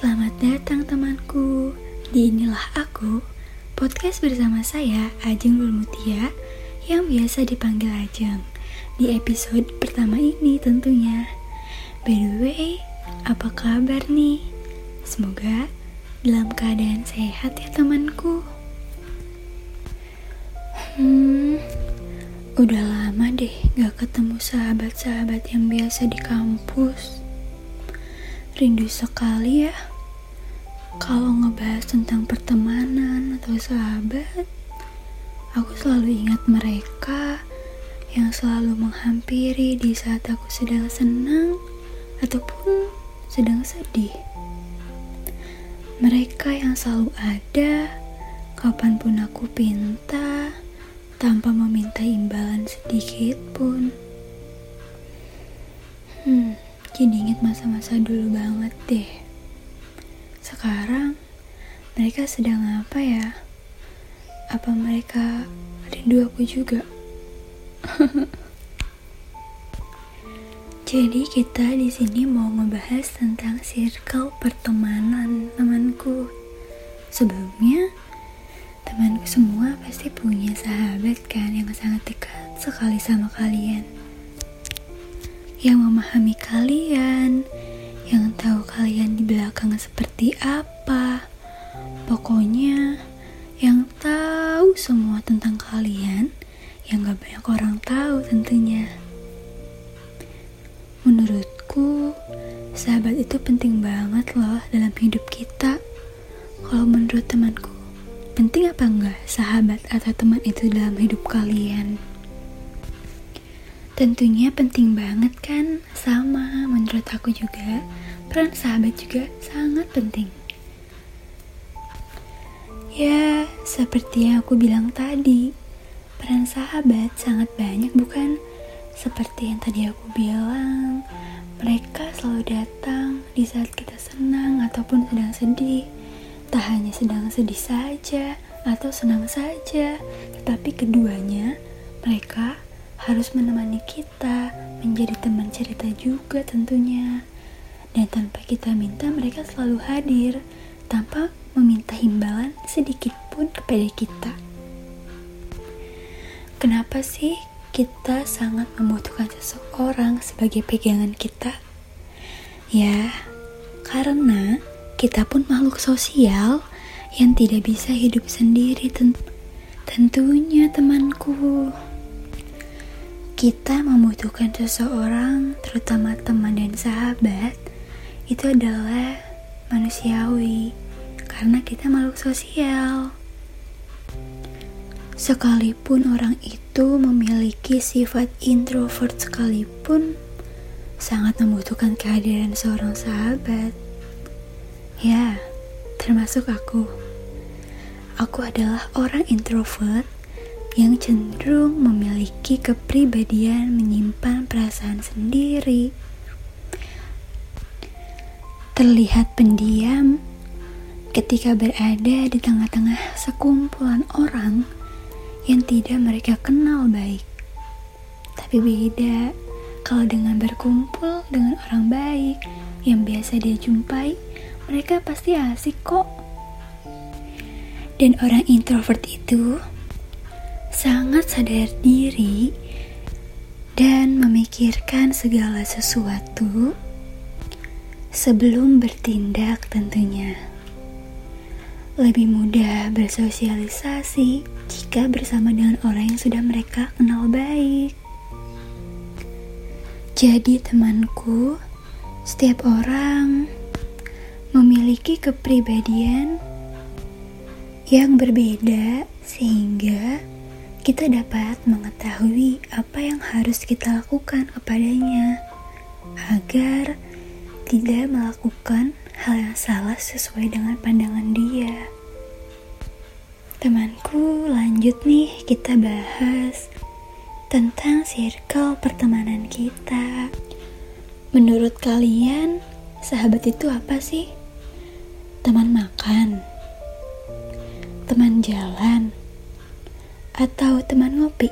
Selamat datang temanku. Di Inilah Aku, podcast bersama saya Ajeng Nurmutia yang biasa dipanggil Ajeng. Di episode pertama ini tentunya. By the way, apa kabar nih? Semoga dalam keadaan sehat ya temanku. Udah lama deh gak ketemu sahabat-sahabat yang biasa di kampus. Rindu sekali ya kalau ngebahas tentang pertemanan atau sahabat. Aku selalu ingat mereka yang selalu menghampiri di saat aku sedang senang ataupun sedang sedih. Mereka yang selalu ada kapanpun aku pinta, tanpa meminta imbalan sedikit pun. Jadi ingat masa-masa dulu banget deh. Sekarang mereka sedang apa ya? Apa mereka rindu aku juga? Jadi kita di sini mau ngebahas tentang circle pertemanan temanku. Sebelumnya, temanku semua pasti punya sahabat kan yang sangat dekat sekali sama kalian, yang memahami kalian, yang tahu kalian di belakang seperti apa. Pokoknya yang tahu semua tentang kalian, yang gak banyak orang tahu tentunya. Menurutku, sahabat itu penting banget loh dalam hidup kita. Kalau menurut temanku, penting apa enggak sahabat atau teman itu dalam hidup kalian? Tentunya penting banget kan? Sama, menurut aku juga peran sahabat juga sangat penting. Ya, seperti yang aku bilang tadi, peran sahabat sangat banyak, bukan? Seperti yang tadi aku bilang, mereka selalu datang di saat kita senang ataupun sedang sedih. Tak hanya sedang sedih saja atau senang saja, tetapi keduanya, mereka harus menemani kita, menjadi teman cerita juga tentunya. Dan tanpa kita minta, mereka selalu hadir tanpa meminta imbalan sedikit pun kepada kita. Kenapa sih kita sangat membutuhkan seseorang sebagai pegangan kita? Ya, karena kita pun makhluk sosial yang tidak bisa hidup sendiri tentunya temanku. Kita membutuhkan seseorang, terutama teman dan sahabat, itu adalah manusiawi, karena kita makhluk sosial. Sekalipun orang itu memiliki sifat introvert sekalipun, sangat membutuhkan kehadiran seorang sahabat. Ya, termasuk aku. Aku adalah orang introvert yang cenderung memiliki kepribadian menyimpan perasaan sendiri. Terlihat pendiam ketika berada di tengah-tengah sekumpulan orang yang tidak mereka kenal baik. Tapi beda kalau dengan berkumpul dengan orang baik yang biasa dia jumpai, mereka pasti asik kok. Dan orang introvert itu sangat sadar diri dan memikirkan segala sesuatu sebelum bertindak tentunya. Lebih mudah bersosialisasi jika bersama dengan orang yang sudah mereka kenal baik. Jadi temanku, setiap orang memiliki kepribadian yang berbeda sehingga kita dapat mengetahui apa yang harus kita lakukan kepadanya agar tidak melakukan hal yang salah sesuai dengan pandangan dia. Temanku, lanjut nih kita bahas tentang circle pertemanan kita. Menurut kalian, sahabat itu apa sih? Teman makan? Teman jalan? Atau teman ngopi?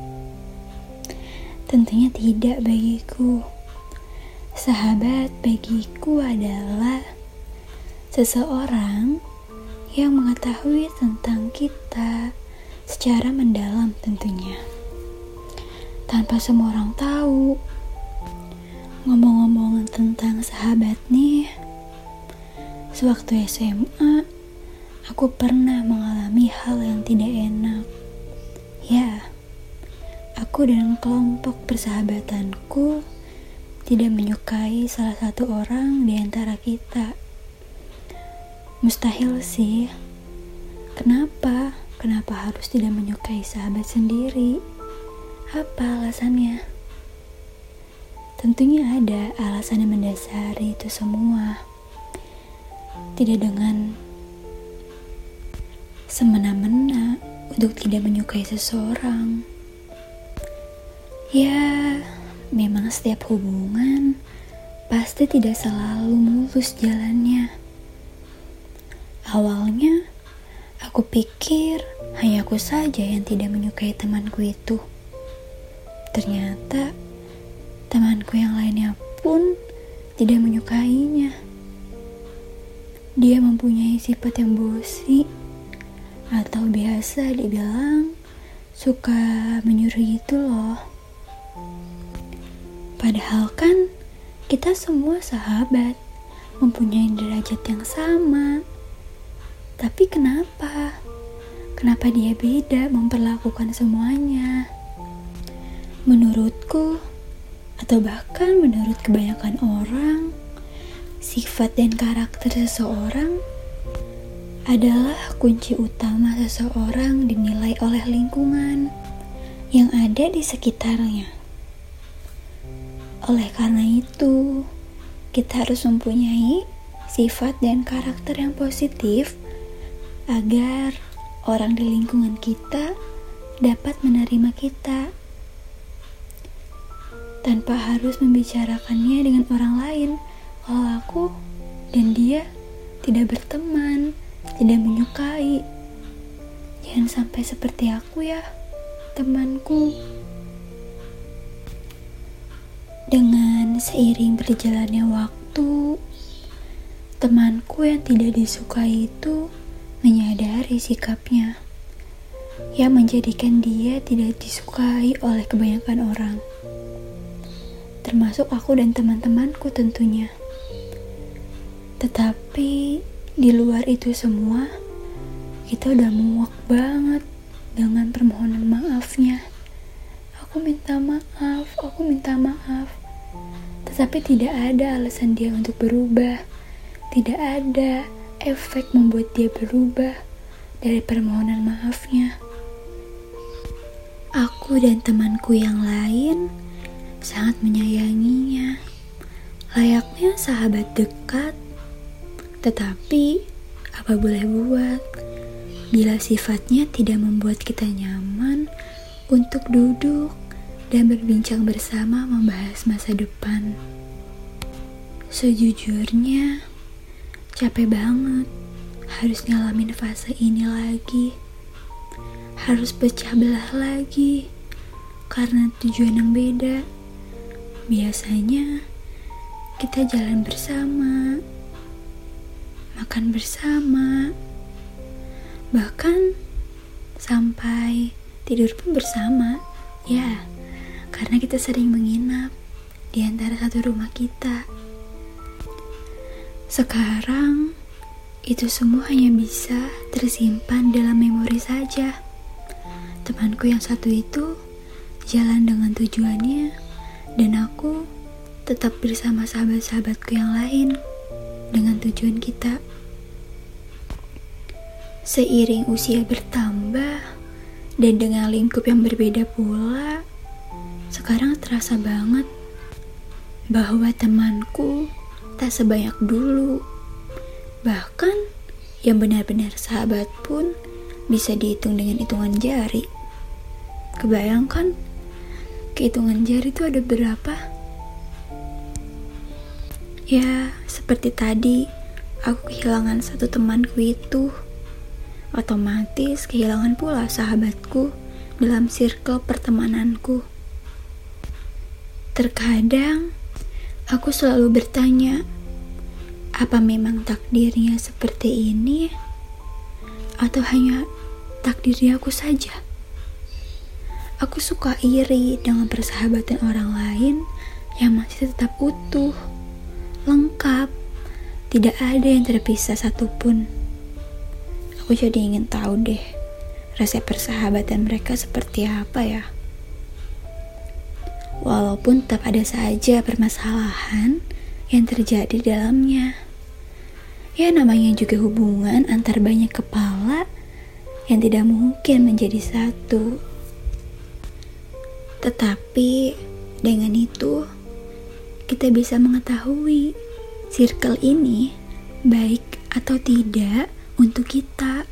Tentunya tidak bagiku. Sahabat bagiku adalah Seseorang yang mengetahui tentang kita secara mendalam tentunya, tanpa semua orang tahu. Ngomong-ngomong tentang sahabat nih, sewaktu SMA, aku pernah mengalami hal yang tidak enak. Ya, aku dan kelompok persahabatanku tidak menyukai salah satu orang di antara kita. Mustahil sih. Kenapa harus tidak menyukai sahabat sendiri? Apa alasannya? Tentunya ada alasan yang mendasari itu semua. Tidak dengan semena-mena untuk tidak menyukai seseorang. Ya, memang setiap hubungan pasti tidak selalu mulus jalannya. Awalnya, aku pikir hanya aku saja yang tidak menyukai temanku itu. Ternyata, temanku yang lainnya pun tidak menyukainya. Dia mempunyai sifat yang bosi, atau biasa dibilang suka menyuruh gitu loh. Padahal kan kita semua sahabat, mempunyai derajat yang sama. Tapi kenapa? Kenapa dia beda memperlakukan semuanya? Menurutku, atau bahkan menurut kebanyakan orang, sifat dan karakter seseorang adalah kunci utama seseorang dinilai oleh lingkungan yang ada di sekitarnya. Oleh karena itu, kita harus mempunyai sifat dan karakter yang positif agar orang di lingkungan kita dapat menerima kita tanpa harus membicarakannya dengan orang lain. Kalau aku dan dia tidak berteman, tidak menyukai, jangan sampai seperti aku ya, temanku. Dengan seiring berjalannya waktu, temanku yang tidak disukai itu menyadari sikapnya yang menjadikan dia tidak disukai oleh kebanyakan orang, termasuk aku dan teman-temanku tentunya. Tetapi di luar itu semua, kita udah muak banget dengan permohonan maafnya. Aku minta maaf. Tetapi tidak ada alasan dia untuk berubah. Tidak ada efek membuat dia berubah dari permohonan maafnya. Aku dan temanku yang lain sangat menyayanginya, layaknya sahabat dekat. Tetapi, apa boleh buat, bila sifatnya tidak membuat kita nyaman untuk duduk dan berbincang bersama membahas masa depan. Sejujurnya, capek banget harus ngalamin fase ini lagi. Harus pecah belah lagi karena tujuan yang beda. Biasanya, kita jalan bersama, makan bersama, bahkan sampai tidur pun bersama. Ya, karena kita sering menginap di antara satu rumah kita. Sekarang, itu semua hanya bisa tersimpan dalam memori saja. Temanku yang satu itu jalan dengan tujuannya, dan aku tetap bersama sahabat-sahabatku yang lain dengan tujuan kita. Seiring usia bertambah dan dengan lingkup yang berbeda pula, sekarang terasa banget bahwa temanku tak sebanyak dulu. Bahkan yang benar-benar sahabat pun bisa dihitung dengan hitungan jari. Kebayangkan, kehitungan jari itu ada berapa? Ya, seperti tadi, aku kehilangan satu temanku itu. Otomatis kehilangan pula sahabatku dalam circle pertemananku. Terkadang, aku selalu bertanya, Apa memang takdirnya seperti ini? Atau hanya takdir aku saja? Aku suka iri dengan persahabatan orang lain yang masih tetap utuh, lengkap, tidak ada yang terpisah satupun. Aku jadi ingin tahu deh, rasa persahabatan mereka seperti apa ya. Walaupun tetap ada saja permasalahan yang terjadi dalamnya. Ya namanya juga hubungan antar banyak kepala yang tidak mungkin menjadi satu. Tetapi dengan itu kita bisa mengetahui circle ini baik atau tidak untuk kita.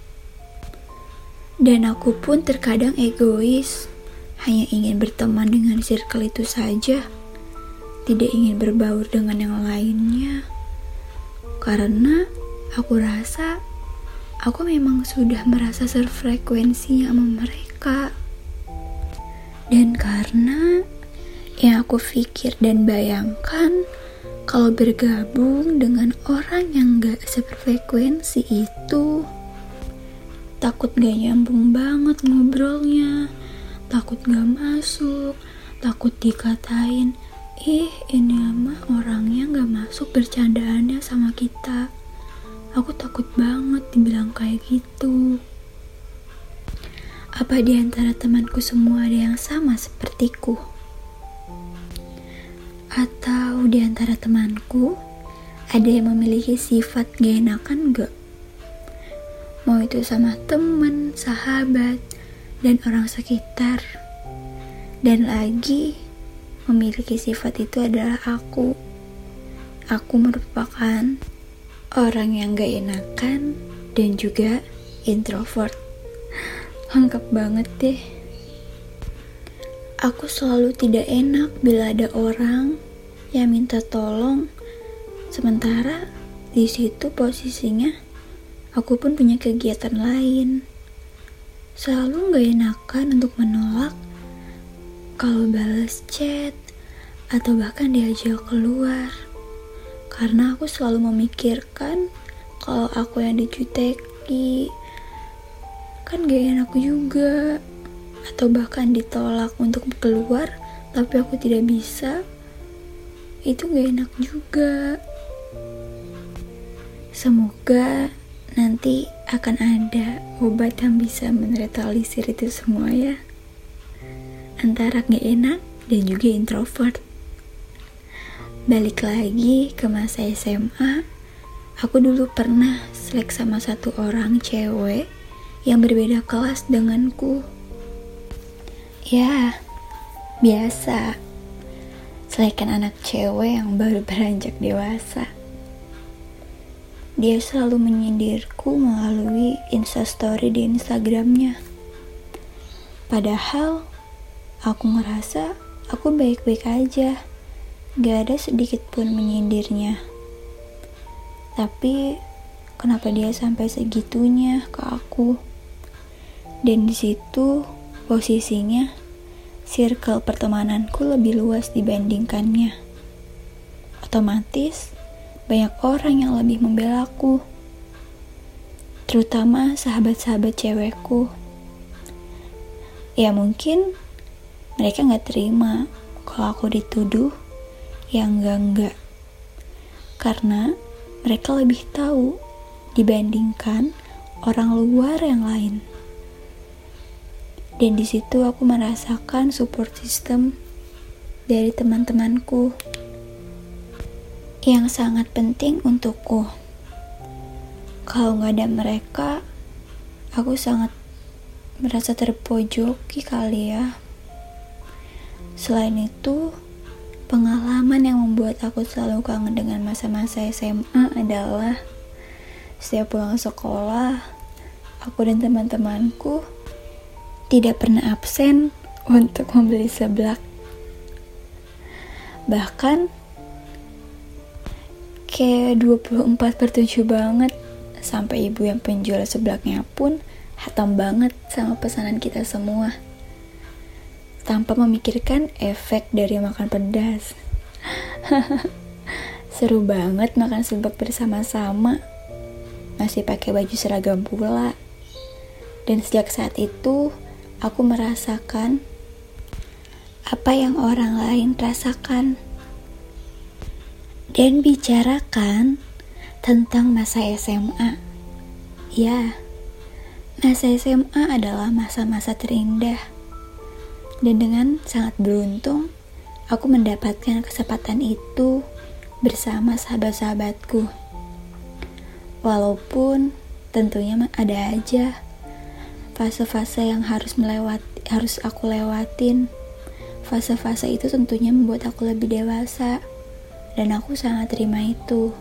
Dan aku pun terkadang egois, hanya ingin berteman dengan circle itu saja, tidak ingin berbaur dengan yang lainnya. Karena aku rasa aku memang sudah merasa sefrekuensi sama mereka. Dan karena yang aku pikir dan bayangkan, kalau bergabung dengan orang yang gak sefrekuensi itu, takut gak nyambung banget ngobrolnya, takut gak masuk, takut dikatain, ini mah orangnya gak masuk bercandaannya sama kita. Aku takut banget dibilang kayak gitu. Apa di antara temanku semua ada yang sama sepertiku? Atau di antara temanku ada yang memiliki sifat gak enakan gak? Mau itu sama teman, sahabat, dan orang sekitar. Dan lagi memiliki sifat itu adalah aku. Aku merupakan orang yang gak enakan dan juga introvert. Lengkap banget deh. Aku selalu tidak enak bila ada orang yang minta tolong, sementara di situ posisinya aku pun punya kegiatan lain. Selalu gak enakan untuk menolak kalau balas chat atau bahkan diajak keluar, karena aku selalu memikirkan kalau aku yang dijuteki kan gak enak juga, atau bahkan ditolak untuk keluar tapi aku tidak bisa, itu gak enak juga. Semoga nanti akan ada obat yang bisa menetralisir itu semua ya, antara gak enak dan juga introvert. Balik lagi ke masa SMA, aku dulu pernah selek sama satu orang cewek yang berbeda kelas denganku. Ya, biasa. Selekan anak cewek yang baru beranjak dewasa. Dia selalu menyindirku melalui instastory di Instagramnya. Padahal, aku ngerasa aku baik-baik aja. Gak ada sedikit pun menyindirnya. Tapi, kenapa dia sampai segitunya ke aku? Dan di situ posisinya circle pertemananku lebih luas dibandingkannya. Otomatis banyak orang yang lebih membela aku, terutama sahabat-sahabat cewekku. Ya mungkin mereka gak terima kalau aku dituduh yang enggak, karena mereka lebih tahu dibandingkan orang luar yang lain. Dan di situ aku merasakan support system dari teman-temanku yang sangat penting untukku. Kalau nggak ada mereka, aku sangat merasa terpojoki kali ya. Selain itu, pengalaman yang membuat aku selalu kangen dengan masa-masa SMA adalah setiap pulang sekolah, aku dan teman-temanku tidak pernah absen untuk membeli seblak. Bahkan kayak 24/7 banget, sampai ibu yang penjual seblaknya pun hatam banget sama pesanan kita semua, tanpa memikirkan efek dari makan pedas. Seru banget makan simbok bersama-sama. Masih pakai baju seragam pula. Dan sejak saat itu, aku merasakan apa yang orang lain rasakan. Dan bicarakan tentang masa SMA. Ya, masa SMA adalah masa-masa terindah. Dan dengan sangat beruntung, aku mendapatkan kesempatan itu bersama sahabat-sahabatku. Walaupun tentunya ada aja fase-fase yang harus aku lewatin. Fase-fase itu tentunya membuat aku lebih dewasa, dan aku sangat terima itu.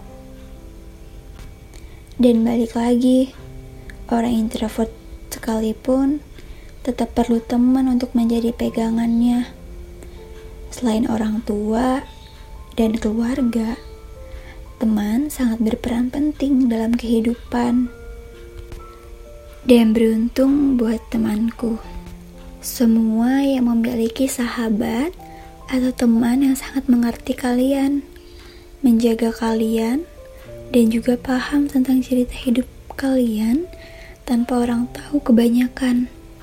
Dan balik lagi, orang introvert sekalipun tetap perlu teman untuk menjadi pegangannya. Selain orang tua dan keluarga, teman sangat berperan penting dalam kehidupan. Dan beruntung buat temanku. Semua yang memiliki sahabat atau teman yang sangat mengerti kalian, menjaga kalian, dan juga paham tentang cerita hidup kalian tanpa orang tahu kebanyakan.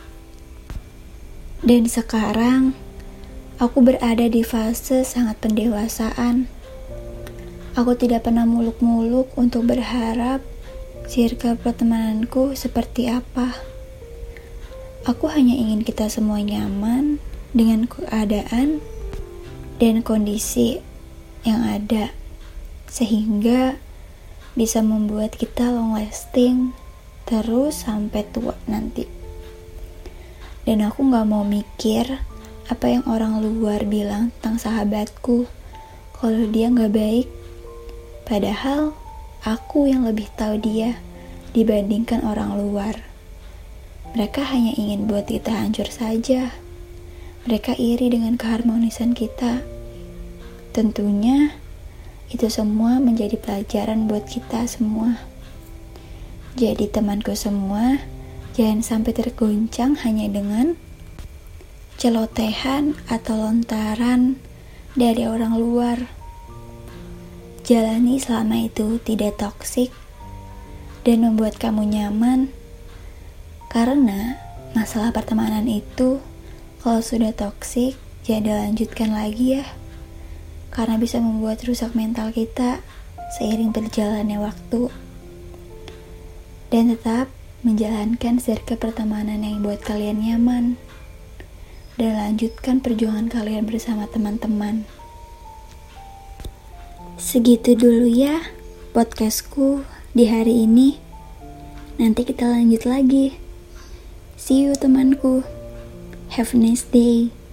Dan sekarang, aku berada di fase sangat pendewasaan. Aku tidak pernah muluk-muluk untuk berharap circle pertemananku seperti apa. Aku hanya ingin kita semua nyaman dengan keadaan dan kondisi yang ada, sehingga bisa membuat kita long lasting terus sampai tua nanti. Dan aku gak mau mikir apa yang orang luar bilang tentang sahabatku kalau dia gak baik. Padahal aku yang lebih tahu dia dibandingkan orang luar. Mereka hanya ingin buat kita hancur saja. Mereka iri dengan keharmonisan kita. Tentunya itu semua menjadi pelajaran buat kita semua. Jadi temanku semua, jangan sampai tergoncang hanya dengan celotehan atau lontaran dari orang luar. Jalani selama itu tidak toksik dan membuat kamu nyaman. Karena masalah pertemanan itu kalau sudah toksik, jangan dilanjutkan lagi ya. Karena bisa membuat rusak mental kita seiring berjalannya waktu. Dan tetap menjalankan circle pertemanan yang buat kalian nyaman. Dan lanjutkan perjuangan kalian bersama teman-teman. Segitu dulu ya podcastku di hari ini. Nanti kita lanjut lagi. See you temanku. Have a nice day.